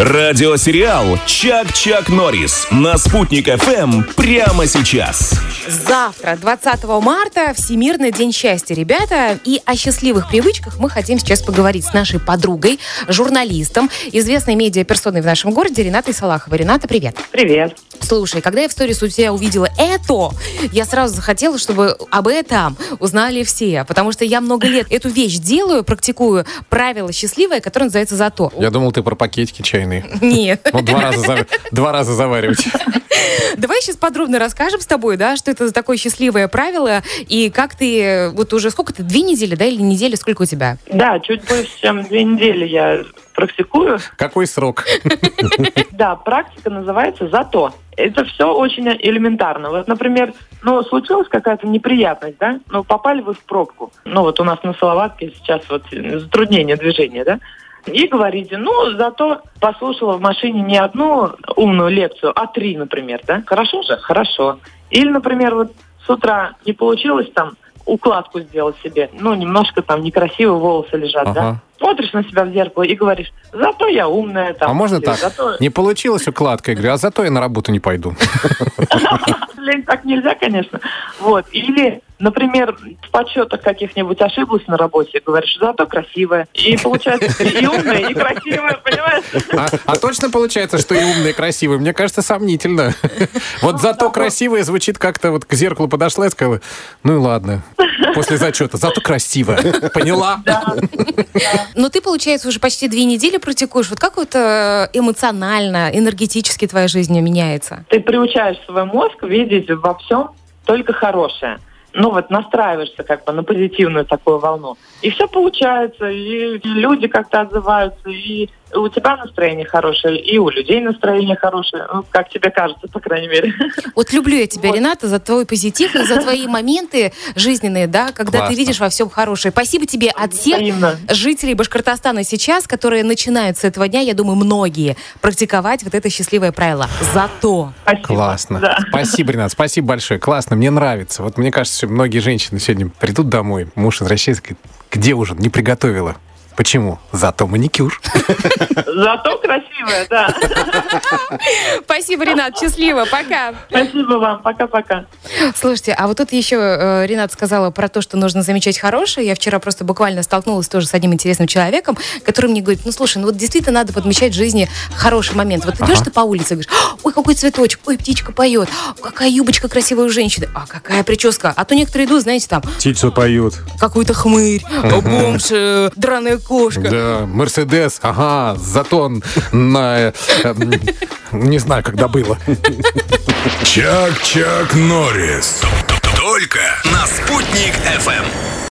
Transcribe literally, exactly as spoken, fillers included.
Радиосериал «Чак-Чак Норрис» на Спутник эф эм прямо сейчас. Завтра, двадцатого марта, Всемирный день счастья, ребята. И о счастливых привычках мы хотим сейчас поговорить с нашей подругой, журналистом, известной медиаперсоной в нашем городе Ренатой Салаховой. Рената, привет. Привет. Слушай, когда я в сторис у тебя увидела это, я сразу захотела, чтобы об этом узнали все. Потому что я много лет эту вещь делаю, практикую правило счастливое, которое называется «Зато». Я думал, ты про пакетики чайные. Нет. Ну, два раза, за- два раза заваривать. Давай сейчас подробно расскажем с тобой, да, что это за такое счастливое правило, и как ты, вот уже сколько ты, две недели, да, или недели, сколько у тебя? Да, чуть больше, чем две недели я практикую. Какой срок? Да, практика называется «Зато». Это все очень элементарно. Вот, например, ну, случилась какая-то неприятность, да, ну, попали вы в пробку. Ну, вот у нас на Салаватке сейчас вот затруднение движения, да, и говорите, ну, зато послушала в машине не одну умную лекцию, а три, например, да? Хорошо же? Хорошо. Или, например, вот с утра не получилось там укладку сделать себе, ну, немножко там некрасиво волосы лежат, Ага. да? Смотришь на себя в зеркало и говоришь, зато я умная там. А можно или так? Зато... Не получилась укладка, я говорю, а зато я на работу не пойду. Блин, так нельзя, конечно. Вот. Или, например, в подсчетах каких-нибудь ошиблась на работе, говоришь, зато красивая. И получается, ты и умная, и красивая, понимаешь? А, а точно получается, что и умная, и красивая? Мне кажется, сомнительно. Вот зато красивая звучит как-то, вот к зеркалу подошла и сказала, ну и ладно, после зачета, зато красивая. Поняла? Да. Но ты, получается, уже почти две недели практикуешь. Вот как вот э, эмоционально, энергетически твоя жизнь меняется? Ты приучаешь свой мозг видеть во всем только хорошее. Ну вот настраиваешься как бы на позитивную такую волну. И все получается, и люди как-то отзываются, и у тебя настроение хорошее, и у людей настроение хорошее. Ну, как тебе кажется, по крайней мере. Вот люблю я тебя, Вот. Рената, за твой позитив и за твои моменты жизненные, да, когда Классно. ты видишь во всем хорошее. Спасибо тебе от всех Взаимно. жителей Башкортостана сейчас, которые начинают с этого дня, я думаю, многие, практиковать вот это счастливое правило. Зато. Спасибо. Классно. Да. Спасибо, Ренат, спасибо большое. Классно, мне нравится. Вот мне кажется, что многие женщины сегодня придут домой, муж возвращается, говорит, где ужин? Не приготовила. Почему? Зато маникюр. Зато красивая, да. Спасибо, Ренат, счастливо, пока. Спасибо вам. Пока-пока. Слушайте, а вот тут еще э, Ренат сказала про то, что нужно замечать хорошее. Я вчера просто буквально столкнулась тоже с одним интересным человеком, который мне говорит, ну слушай, ну вот действительно надо подмечать в жизни хороший момент. Вот идешь Ага. ты по улице, говоришь, ой, какой цветочек, ой, птичка поет, какая юбочка красивая у женщины, а какая прическа. А то некоторые идут, знаете, там, Птица поют. какой-то хмырь, бомж, э, драная кошка. Да, Мерседес, ага, затон на... э, э, не знаю, когда было. Чак-Чак Норрис. Только на Спутник эф эм.